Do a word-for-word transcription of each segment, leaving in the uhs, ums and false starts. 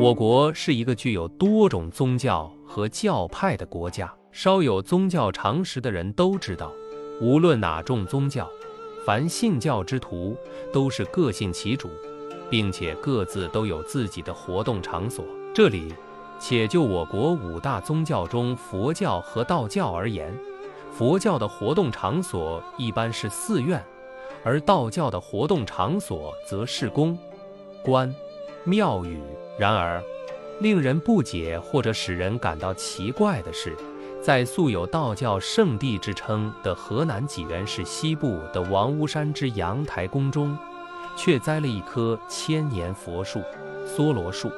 我国是一个具有多种宗教和教派的国家，稍有宗教常识的人都知道，无论哪种宗教，凡信教之徒都是各信其主，并且各自都有自己的活动场所。这里且就我国五大宗教中佛教和道教而言，佛教的活动场所一般是寺院，而道教的活动场所则是宫、观、庙宇。然而，令人不解或者使人感到奇怪的是，在素有道教圣地之称的河南济源市西部的王屋山之阳台宫中，却栽了一棵千年佛树——梭罗树。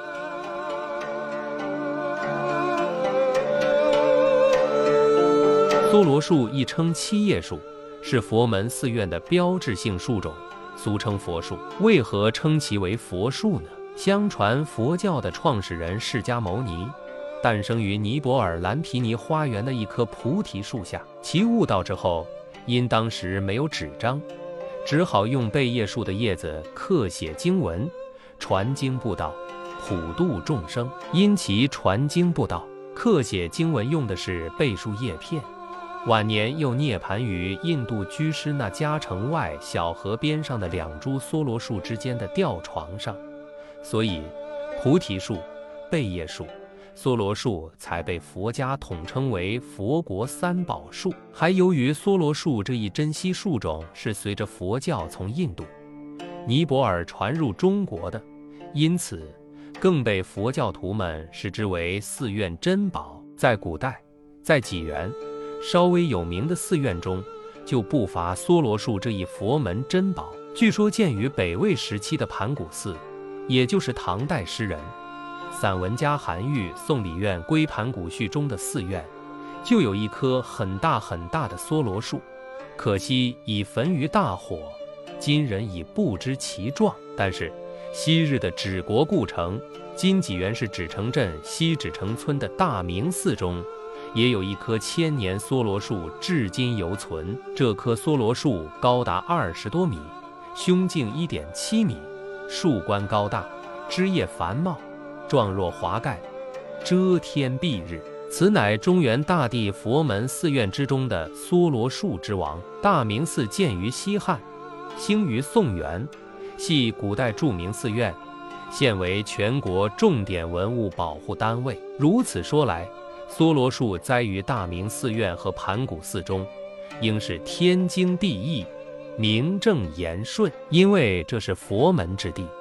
梭罗树亦称七叶树，是佛门寺院的标志性树种，俗称佛树。为何称其为佛树呢？相传佛教的创始人释迦牟尼诞生于尼泊尔蓝毗尼花园的一棵菩提树下。其悟道之后，因当时没有纸张，只好用贝叶树的叶子刻写经文，传经布道，普度众生。因其传经布道，刻写经文用的是贝树叶片，晚年又涅槃于印度居士那迦城外小河边上的两株梭罗树之间的吊床上，所以菩提树、贝叶树、梭罗树才被佛家统称为佛国三宝树。还由于梭罗树这一珍稀树种是随着佛教从印度、尼泊尔传入中国的，因此更被佛教徒们视之为寺院珍宝。在古代，在济源稍微有名的寺院中，就不乏梭罗树这一佛门珍宝。据说建于北魏时期的盘古寺，也就是唐代诗人、散文家韩愈《送礼院归盘古序》中的寺院，就有一棵很大很大的梭罗树，可惜已焚于大火，今人已不知其状。但是昔日的芷国故城，今济源市芷城镇西芷城村的大明寺中，也有一棵千年梭罗树，至今犹存。这棵梭罗树高达二十多米，胸径一点七米，树冠高大，枝叶繁茂，状若华盖，遮天蔽日。此乃中原大地佛门寺院之中的梭罗树之王。大明寺建于西汉，兴于宋元，系古代著名寺院，现为全国重点文物保护单位。如此说来，梭罗树栽于大明寺院和盘古寺中，应是天经地义，名正言顺，因为这是佛门之地。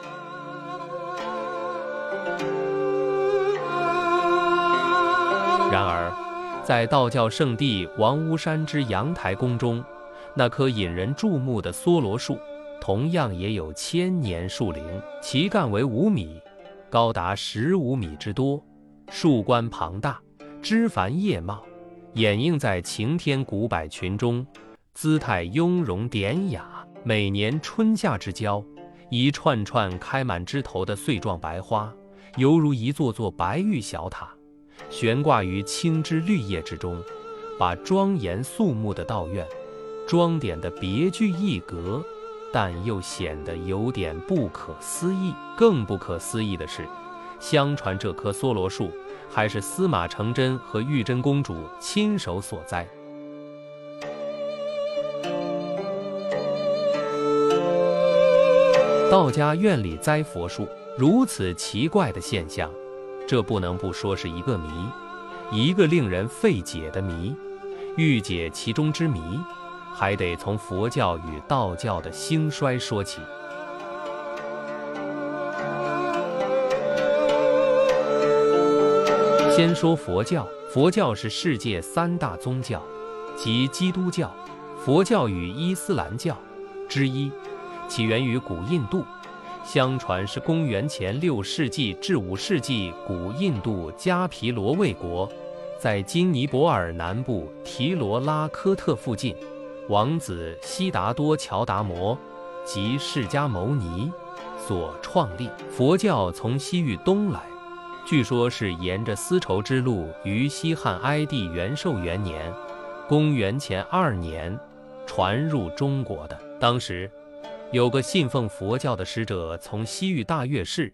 然而，在道教圣地王屋山之阳台宫中，那棵引人注目的梭罗树，同样也有千年树龄，其干为五米，高达十五米之多，树冠庞大，枝繁叶茂，掩映在擎天古柏群中，姿态雍容典雅。每年春夏之交，一串串开满枝头的穗状白花，犹如一座座白玉小塔，悬挂于青枝绿叶之中，把庄严肃穆的道院装点得别具一格，但又显得有点不可思议。更不可思议的是，相传这棵梭罗树还是司马承祯和玉真公主亲手所栽。道家院里栽佛树，如此奇怪的现象，这不能不说是一个谜，一个令人费解的谜。欲解其中之谜，还得从佛教与道教的兴衰说起。先说佛教，佛教是世界三大宗教，即基督教、佛教与伊斯兰教之一，起源于古印度。相传是公元前六世纪至五世纪，古印度迦毗罗卫国在今尼泊尔南部提罗拉科特附近，王子悉达多乔达摩及释迦牟尼所创立。佛教从西域东来，据说是沿着丝绸之路于西汉哀帝元寿元年公元前二年传入中国的。当时有个信奉佛教的使者从西域大月氏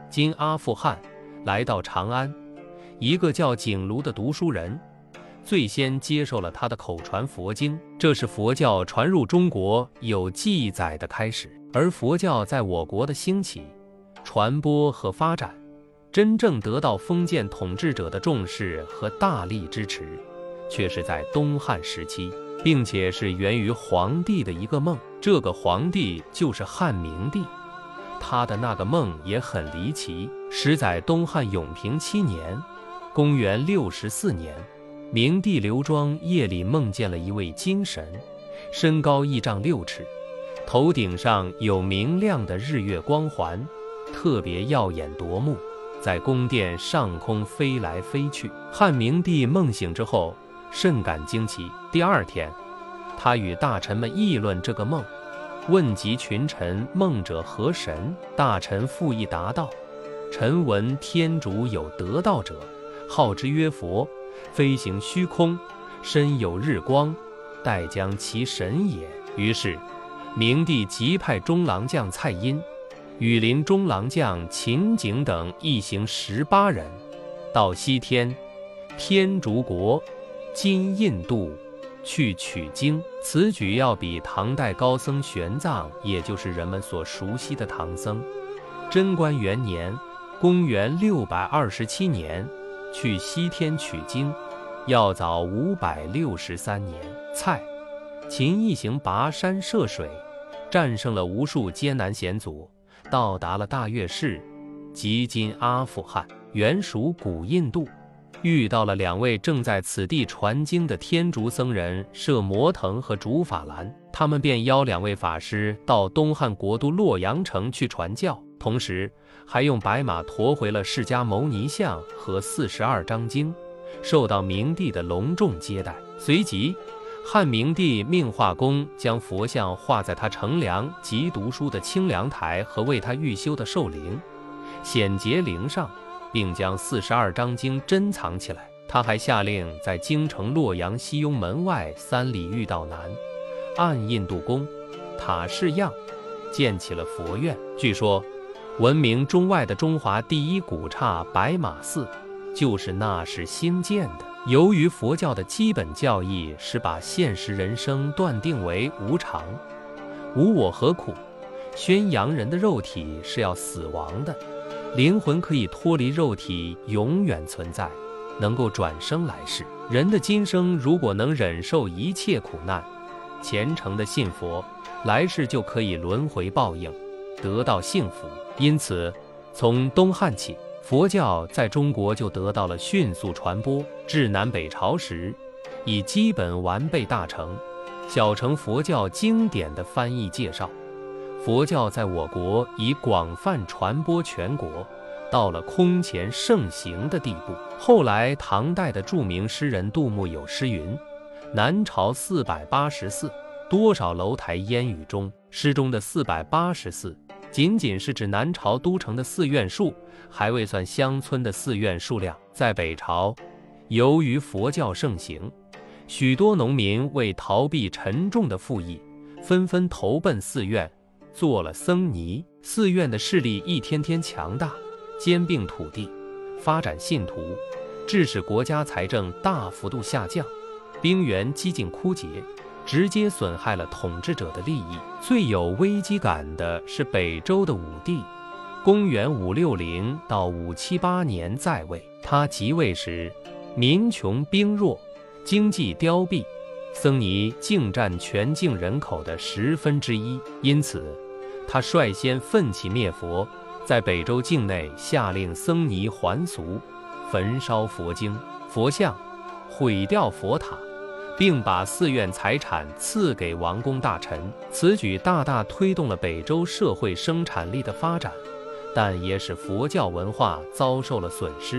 今阿富汗，来到长安，一个叫景庐的读书人最先接受了他的口传佛经，这是佛教传入中国有记载的开始。而佛教在我国的兴起、传播和发展，真正得到封建统治者的重视和大力支持，却是在东汉时期，并且是源于皇帝的一个梦。这个皇帝就是汉明帝，他的那个梦也很离奇。时在东汉永平七年，公元六十四年，明帝刘庄夜里梦见了一位金神，身高一丈六尺，头顶上有明亮的日月光环，特别耀眼夺目，在宫殿上空飞来飞去。汉明帝梦醒之后甚感惊奇，第二天他与大臣们议论这个梦，问及群臣梦者何神，大臣复议答道：臣闻天竺有得道者，号之曰佛，飞行虚空，身有日光，待将其神也。于是明帝即派中郎将蔡阴、羽林中郎将秦景等一行十八人，到西天天竺国今印度去取经。此举要比唐代高僧玄奘，也就是人们所熟悉的唐僧，贞观元年公元六百二十七年去西天取经要早五百六十三年。蔡、秦一行跋山涉水，战胜了无数艰难险阻，到达了大月氏，即今阿富汗，原属古印度。遇到了两位正在此地传经的天竺僧人摄摩腾和竺法兰，他们便邀两位法师到东汉国都洛阳城去传教，同时还用白马驮回了释迦牟尼像和四十二章经，受到明帝的隆重接待。随即汉明帝命画工将佛像画在他乘凉及读书的清凉台和为他预修的寿陵、显节陵上，并将四十二章经珍藏起来。他还下令在京城洛阳西雍门外三里御道南，按印度宫塔式样建起了佛院。据说闻名中外的中华第一古刹白马寺就是那时兴建的。由于佛教的基本教义是把现实人生断定为无常、无我何苦，宣扬人的肉体是要死亡的，灵魂可以脱离肉体永远存在，能够转生来世。人的今生如果能忍受一切苦难，虔诚的信佛，来世就可以轮回报应，得到幸福。因此从东汉起，佛教在中国就得到了迅速传播。至南北朝时，已基本完备大成小乘佛教经典的翻译介绍，佛教在我国已广泛传播全国，到了空前盛行的地步。后来唐代的著名诗人杜牧有诗云：南朝四百八十寺，多少楼台烟雨中。诗中的四百八十寺仅仅是指南朝都城的寺院数，还未算乡村的寺院数量。在北朝，由于佛教盛行，许多农民为逃避沉重的赋役，纷纷投奔寺院，做了僧尼。寺院的势力一天天强大，兼并土地，发展信徒，致使国家财政大幅度下降，兵源几近枯竭，直接损害了统治者的利益。最有危机感的是北周的武帝，公元五六零到五七八年在位。他即位时，民穷兵弱，经济凋敝，僧尼竟占全境人口的十分之一。因此他率先奋起灭佛，在北周境内下令僧尼还俗，焚烧佛经、佛像，毁掉佛塔，并把寺院财产赐给王公大臣。此举大大推动了北周社会生产力的发展，但也使佛教文化遭受了损失。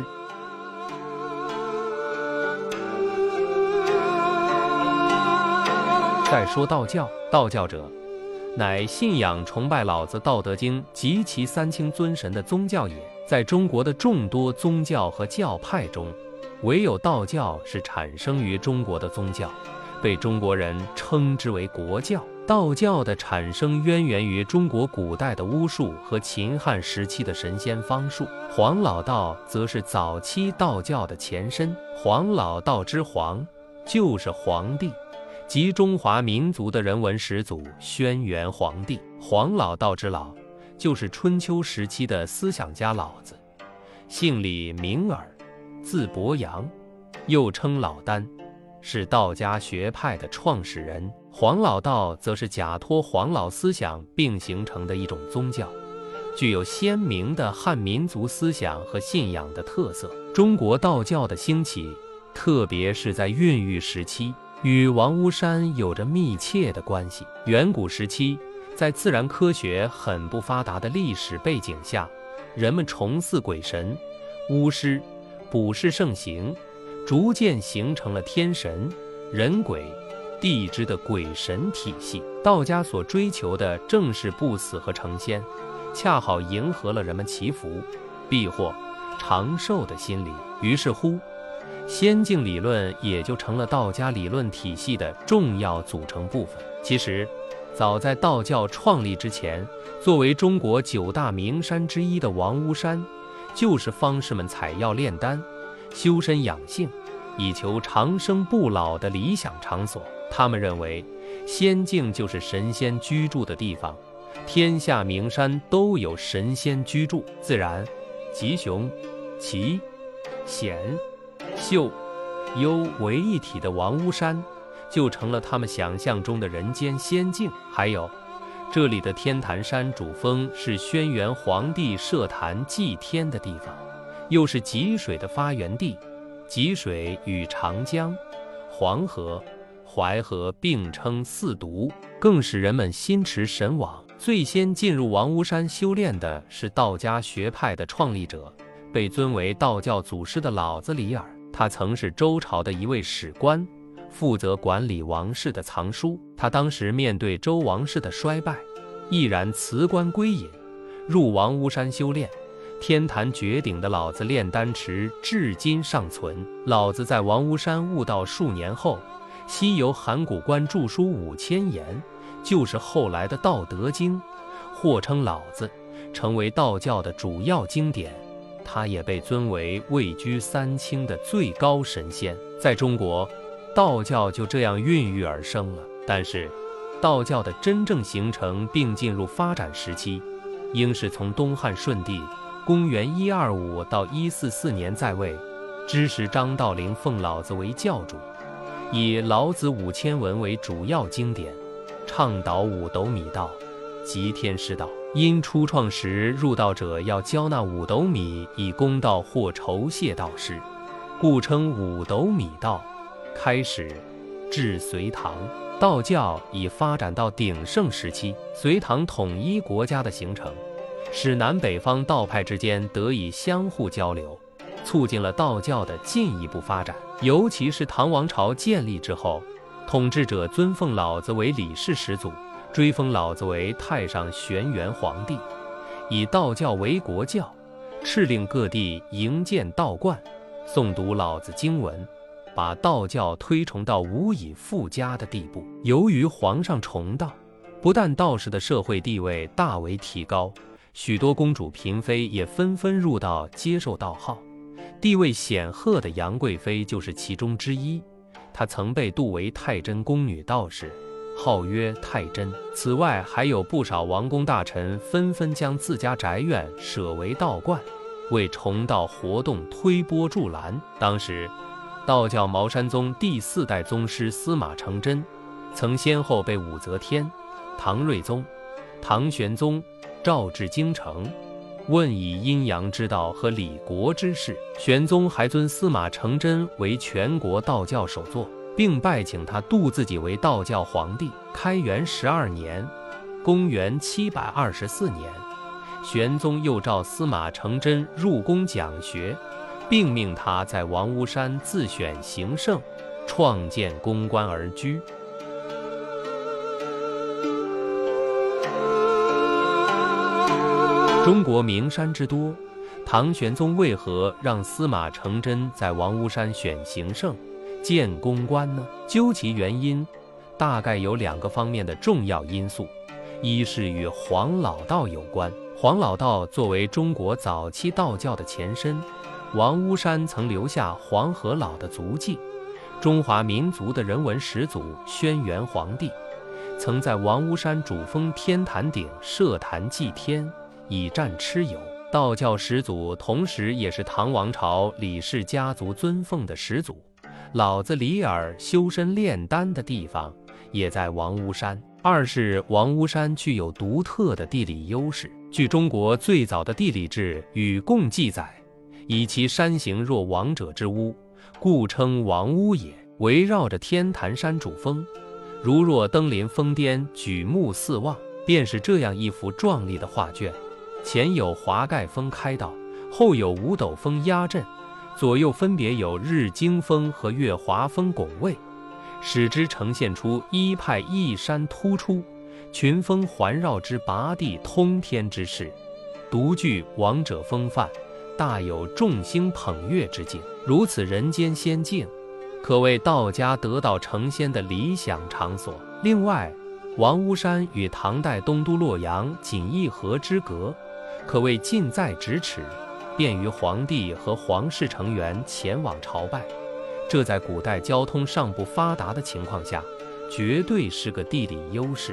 再说道教，道教者乃信仰崇拜老子《道德经》及其三清尊神的宗教也。在中国的众多宗教和教派中，唯有道教是产生于中国的宗教，被中国人称之为国教。 道教的产生渊源于中国古代的巫术和秦汉时期的神仙方术，黄老道则是早期道教的前身。黄老道之黄，就是皇帝，即中华民族的人文始祖轩辕黄帝。黄老道之老，就是春秋时期的思想家老子，姓李名耳，字伯阳，又称老聃，是道家学派的创始人。黄老道则是假托黄老思想并形成的一种宗教，具有鲜明的汉民族思想和信仰的特色。中国道教的兴起，特别是在孕育时期，与王屋山有着密切的关系。远古时期，在自然科学很不发达的历史背景下，人们崇祀鬼神、巫师、卜筮盛行，逐渐形成了天神、人鬼、地支的鬼神体系。道家所追求的正是不死和成仙，恰好迎合了人们祈福、避祸、长寿的心理。于是乎，仙境理论也就成了道家理论体系的重要组成部分。其实，早在道教创立之前，作为中国九大名山之一的王屋山，就是方士们采药炼丹、修身养性，以求长生不老的理想场所。他们认为，仙境就是神仙居住的地方，天下名山都有神仙居住，自然、吉凶、奇、险、秀、幽为一体的王屋山，就成了他们想象中的人间仙境。还有，这里的天坛山主峰是轩辕黄帝设坛祭天的地方，又是吉水的发源地。吉水与长江、黄河、淮河并称四渎，更使人们心驰神往。最先进入王屋山修炼的是道家学派的创立者，被尊为道教祖师的老子李耳。他曾是周朝的一位史官，负责管理王室的藏书。他当时面对周王室的衰败，毅然辞官归隐，入王屋山修炼。天坛绝顶的老子炼丹池至今尚存。老子在王屋山悟道数年后，西游函谷关著书五千言，就是后来的《道德经》，或称老子，成为道教的主要经典。他也被尊为位居三清的最高神仙。在中国，道教就这样孕育而生了。但是，道教的真正形成并进入发展时期，应是从东汉顺帝公元一二五到一四四年在位，之时张道陵奉老子为教主，以老子五千文为主要经典，倡导五斗米道，即天师道。因初创时入道者要交纳五斗米以供道或酬谢道师，故称五斗米道。开始至隋唐，道教已发展到鼎盛时期。隋唐统一国家的形成，使南北方道派之间得以相互交流，促进了道教的进一步发展。尤其是唐王朝建立之后，统治者尊奉老子为李氏始祖，追封老子为太上玄元皇帝，以道教为国教，敕令各地营建道观，诵读老子经文，把道教推崇到无以复加的地步。由于皇上崇道，不但道士的社会地位大为提高，许多公主嫔妃也纷纷入道接受道号。地位显赫的杨贵妃就是其中之一，她曾被度为太真宫女道士，号曰太真。此外，还有不少王公大臣纷纷将自家宅院舍为道观，为崇道活动推波助澜。当时，道教茅山宗第四代宗师司马承祯，曾先后被武则天、唐睿宗、唐玄宗召至京城，问以阴阳之道和理国之事。玄宗还尊司马承祯为全国道教首座，并拜请他度自己为道教皇帝。开元十二年，公元七百二十四年，玄宗又召司马承祯入宫讲学，并命他在王屋山自选行圣，创建宫观而居。中国名山之多，唐玄宗为何让司马承祯在王屋山选行圣、建宫观呢？究其原因， 大概有两个方面的重要因素，一是与黄老道有关。黄老道作为中国早期道教的前身，王屋山曾留下黄河老的足迹。中华民族的人文始祖轩辕黄帝曾在王屋山主峰天坛顶设坛祭天，以战蚩尤。道教始祖，同时也是唐王朝李氏家族尊奉的始祖。老子李耳修身炼丹的地方也在王屋山。二是王屋山具有独特的地理优势。据中国最早的地理志《禹贡》记载，以其山形若王者之屋，故称王屋也。围绕着天坛山主峰，如若登临峰巅，举目四望，便是这样一幅壮丽的画卷。前有华盖峰开道，后有五斗峰压阵，左右分别有日经峰和月华峰拱卫，使之呈现出一派一山突出，群峰环绕之拔地通天之势，独具王者风范，大有众星捧月之境。如此人间仙境，可谓道家得道成仙的理想场所。另外，王屋山与唐代东都洛阳仅一河之隔，可谓近在咫尺，便于皇帝和皇室成员前往朝拜。这在古代交通尚不发达的情况下，绝对是个地理优势。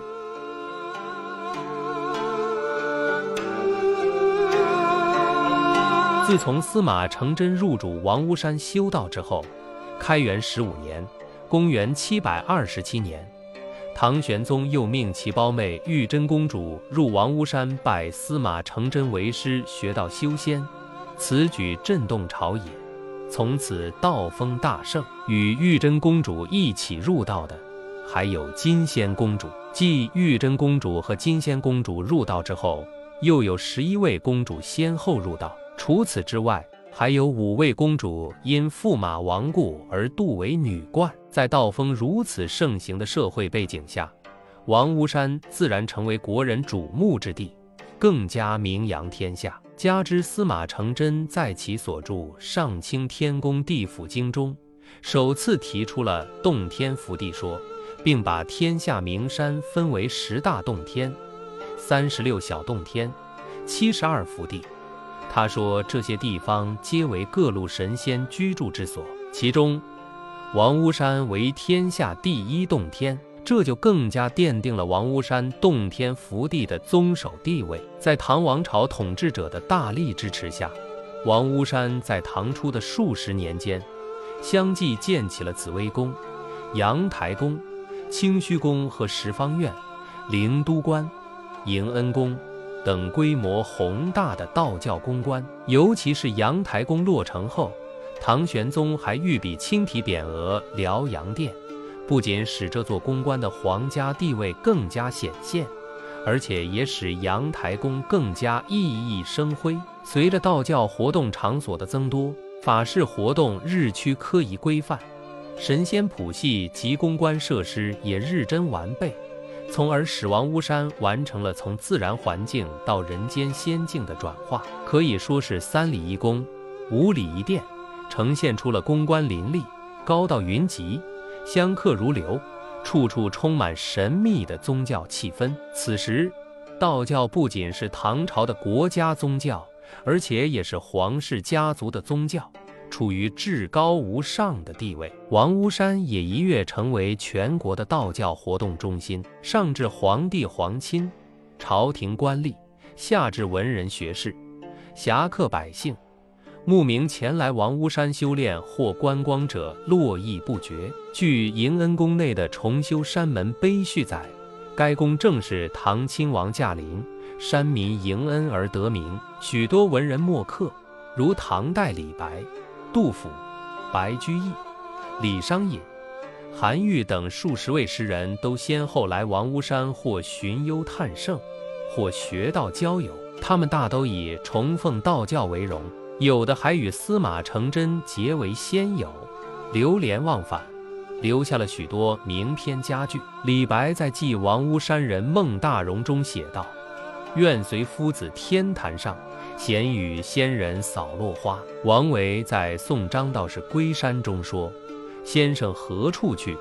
自从司马承祯入主王屋山修道之后，开元十五年，公元七百二十七年，唐玄宗又命其胞妹玉真公主入王屋山拜司马承祯为师，学道修仙。此举震动朝野，从此道风大盛。与玉真公主一起入道的还有金仙公主。继玉真公主和金仙公主入道之后，又有十一位公主先后入道。除此之外，还有五位公主因驸马亡故而度为女冠。在道风如此盛行的社会背景下，王屋山自然成为国人瞩目之地，更加名扬天下。加之司马承祯在其所著《上清天宫地府经》中，首次提出了洞天福地说，并把天下名山分为十大洞天、三十六小洞天、七十二福地。他说这些地方皆为各路神仙居住之所，其中王屋山为天下第一洞天，这就更加奠定了王屋山洞天福地的宗首地位。在唐王朝统治者的大力支持下，王屋山在唐初的数十年间，相继建起了紫微宫、阳台宫、清虚宫和十方院、灵都观、迎恩宫等规模宏大的道教宫观。尤其是阳台宫落成后，唐玄宗还御笔亲题匾额辽阳殿，不仅使这座宫观的皇家地位更加显现，而且也使阳台宫更加熠熠生辉。随着道教活动场所的增多，法事活动日趋科仪规范，神仙谱系及宫观设施也日臻完备，从而使王屋山完成了从自然环境到人间仙境的转化，可以说是三礼一宫，五礼一殿，呈现出了宫观林立、高到云集、香客如流，处处充满神秘的宗教气氛。此时，道教不仅是唐朝的国家宗教，而且也是皇室家族的宗教，处于至高无上的地位。王屋山也一跃成为全国的道教活动中心，上至皇帝皇亲、朝廷官吏，下至文人学士、侠客百姓，慕名前来王屋山修炼或观光者络绎不绝。据迎恩宫内的重修山门碑序载，该宫正是唐亲王驾临，山民迎恩而得名。许多文人墨客，如唐代李白、杜甫、白居易、李商隐、韩愈等数十位诗人都先后来王屋山或寻幽探胜，或学道交友。他们大都以崇奉道教为荣，有的还与司马承祯结为仙友，流连忘返，留下了许多名篇佳句。李白在记王屋山人孟大荣中写道：愿随夫子天坛上，闲与仙人扫落花。王维在送张道士归山中说：先生何处去？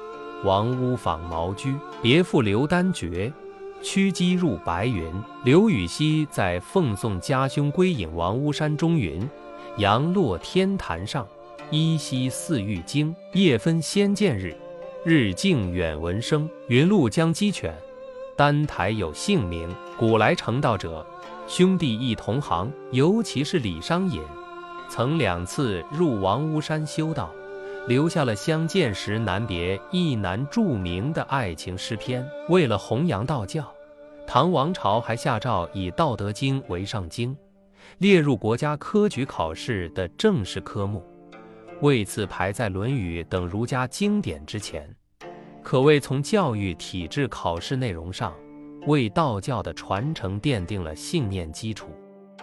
王屋访毛居，别赋刘丹绝。驱鸡入白云。刘禹锡在奉送家兄归隐王屋山中云：阳落天坛上，依稀似玉京。夜分先见日，日近远闻声。云路将鸡犬，丹台有姓名。古来成道者，兄弟一同行。尤其是李商隐，曾两次入王屋山修道，留下了相见时难别亦难著名的爱情诗篇。为了弘扬道教，唐王朝还下诏以《道德经》为上经，列入国家科举考试的正式科目，位次排在《论语》等儒家经典之前，可谓从教育体制考试内容上，为道教的传承奠定了信念基础。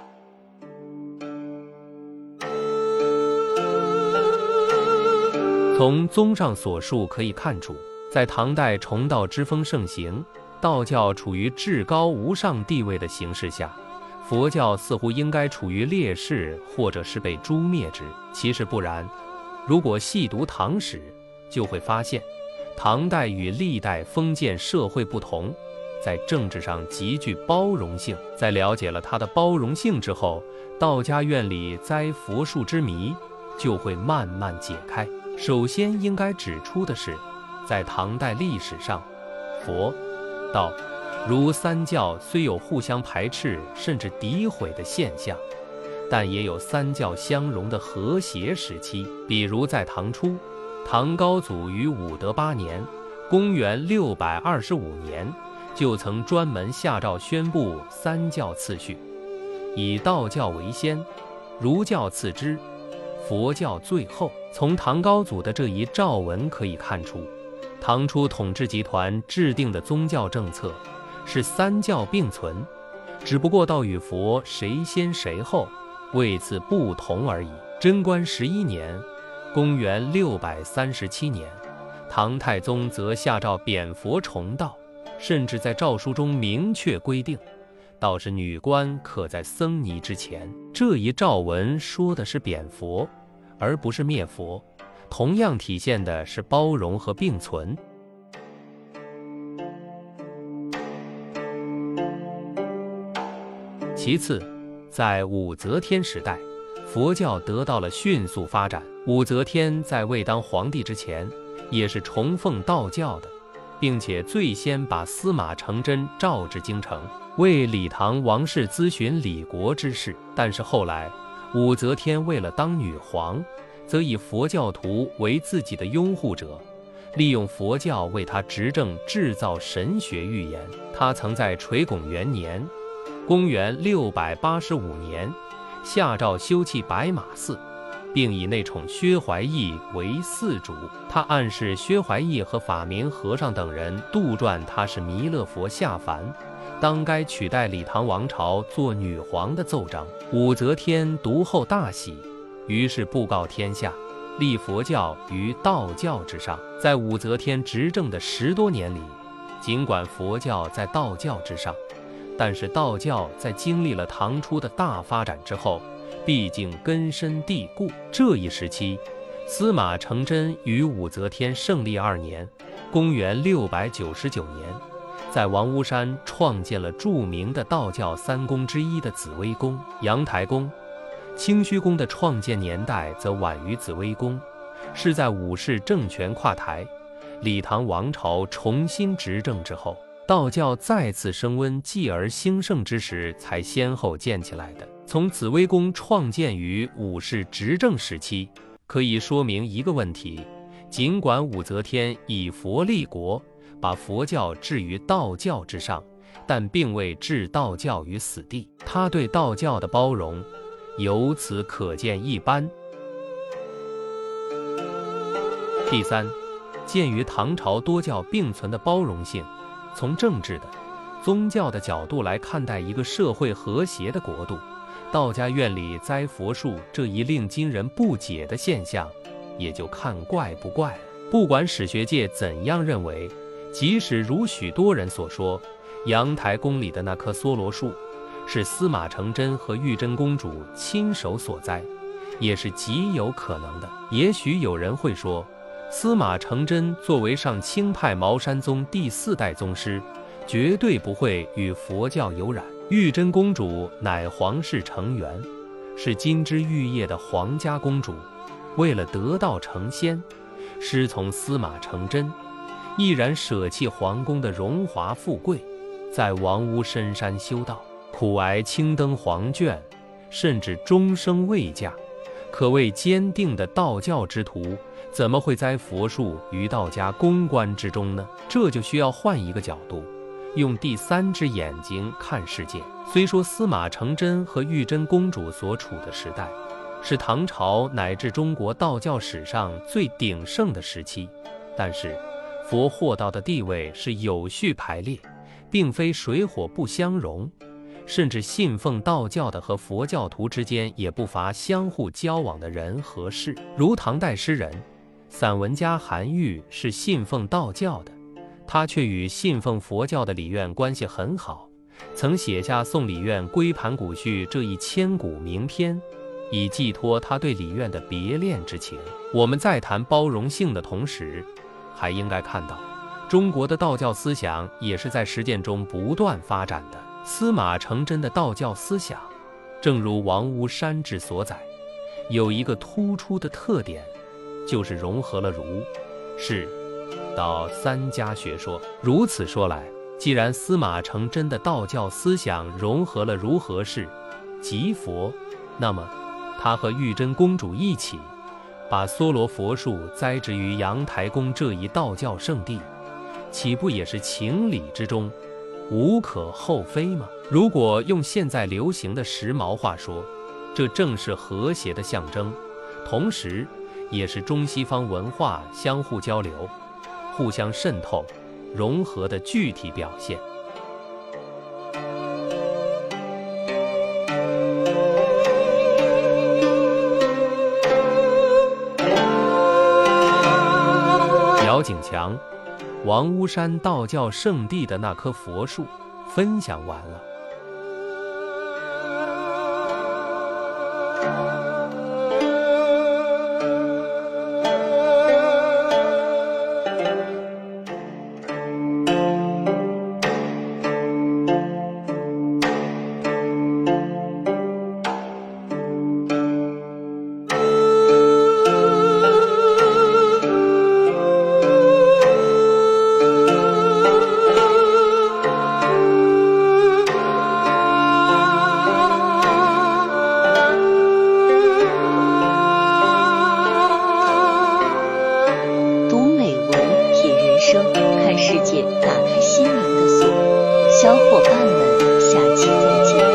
从综上所述可以看出，在唐代崇道之风盛行，道教处于至高无上地位的形势下，佛教似乎应该处于劣势，或者是被诛灭之。其实不然，如果细读唐史，就会发现，唐代与历代封建社会不同，在政治上极具包容性。在了解了它的包容性之后，道家院里栽佛术之谜就会慢慢解开。首先应该指出的是，在唐代历史上，佛、道、儒三教虽有互相排斥甚至诋毁的现象，但也有三教相融的和谐时期。比如在唐初，唐高祖于武德八年（公元六百二十五年）就曾专门下诏宣布三教次序，以道教为先，儒教次之，佛教最后。从唐高祖的这一诏文可以看出，唐初统治集团制定的宗教政策是三教并存，只不过道与佛谁先谁后，位次不同而已。贞观十一年（公元六百三十七年），唐太宗则下诏贬佛崇道，甚至在诏书中明确规定，道士女官可在僧尼之前。这一诏文说的是贬佛，而不是灭佛，同样体现的是包容和并存。其次，在武则天时代，佛教得到了迅速发展。武则天在未当皇帝之前，也是崇奉道教的，并且最先把司马承祯召至京城，为李唐王室咨询理国之事。但是后来，武则天为了当女皇，则以佛教徒为自己的拥护者，利用佛教为她执政制造神学预言。她曾在垂拱元年（公元六百八十五年）下诏修葺白马寺，并以内宠薛怀义为寺主。他暗示薛怀义和法明和尚等人杜撰他是弥勒佛下凡，当该取代李唐王朝做女皇的奏章。武则天读后大喜，于是布告天下，立佛教于道教之上。在武则天执政的十多年里，尽管佛教在道教之上，但是道教在经历了唐初的大发展之后，毕竟根深蒂固。这一时期，司马承祯于武则天胜利二年（公元六百九十九年）在王屋山创建了著名的道教三宫之一的紫微宫、阳台宫。清虚宫的创建年代则晚于紫微宫，是在武士政权垮台、李唐王朝重新执政之后，道教再次升温继而兴盛之时才先后建起来的。从紫微宫创建于武士执政时期，可以说明一个问题：尽管武则天以佛立国，把佛教置于道教之上，但并未置道教于死地。她对道教的包容由此可见一斑。第三，鉴于唐朝多教并存的包容性，从政治的、宗教的角度来看待一个社会和谐的国度，道家院里栽佛树这一令今人不解的现象，也就看怪不怪了。不管史学界怎样认为，即使如许多人所说，阳台宫里的那棵梭罗树是司马承祯和玉真公主亲手所栽，也是极有可能的。也许有人会说， 司马承祯作为上清派茅山宗第四代宗师，绝对不会与佛教有染。玉真公主乃皇室成员，是金枝玉叶的皇家公主，为了得道成仙，师从司马承祯，毅然舍弃皇宫的荣华富贵，在王屋深山修道，苦挨青灯黄卷，甚至终生未嫁，可谓坚定的道教之徒，怎么会栽佛术于道家公关之中呢？这就需要换一个角度，用第三只眼睛看世界。虽说司马承祯和玉真公主所处的时代是唐朝乃至中国道教史上最鼎盛的时期，但是佛惑道的地位是有序排列，并非水火不相容，甚至信奉道教的和佛教徒之间也不乏相互交往的人和事。如唐代诗人、散文家韩愈是信奉道教的，他却与信奉佛教的李渊关系很好，曾写下送李渊归盘古序这一千古名篇，以寄托他对李渊的别恋之情。我们在谈包容性的同时，还应该看到中国的道教思想也是在实践中不断发展的。司马承祯的道教思想，正如王屋山志所载，有一个突出的特点，就是融合了儒、释、道三家学说。如此说来，既然司马承祯的道教思想融合了儒和释即佛，那么他和玉真公主一起把梭罗佛术栽植于阳台宫这一道教圣地，岂不也是情理之中，无可厚非吗？如果用现在流行的时髦话说，这正是和谐的象征，同时也是中西方文化相互交流、互相渗透、融合的具体表现。姚景强，王屋山道教圣地的那棵佛树分享完了。 小伙伴们，下期再见。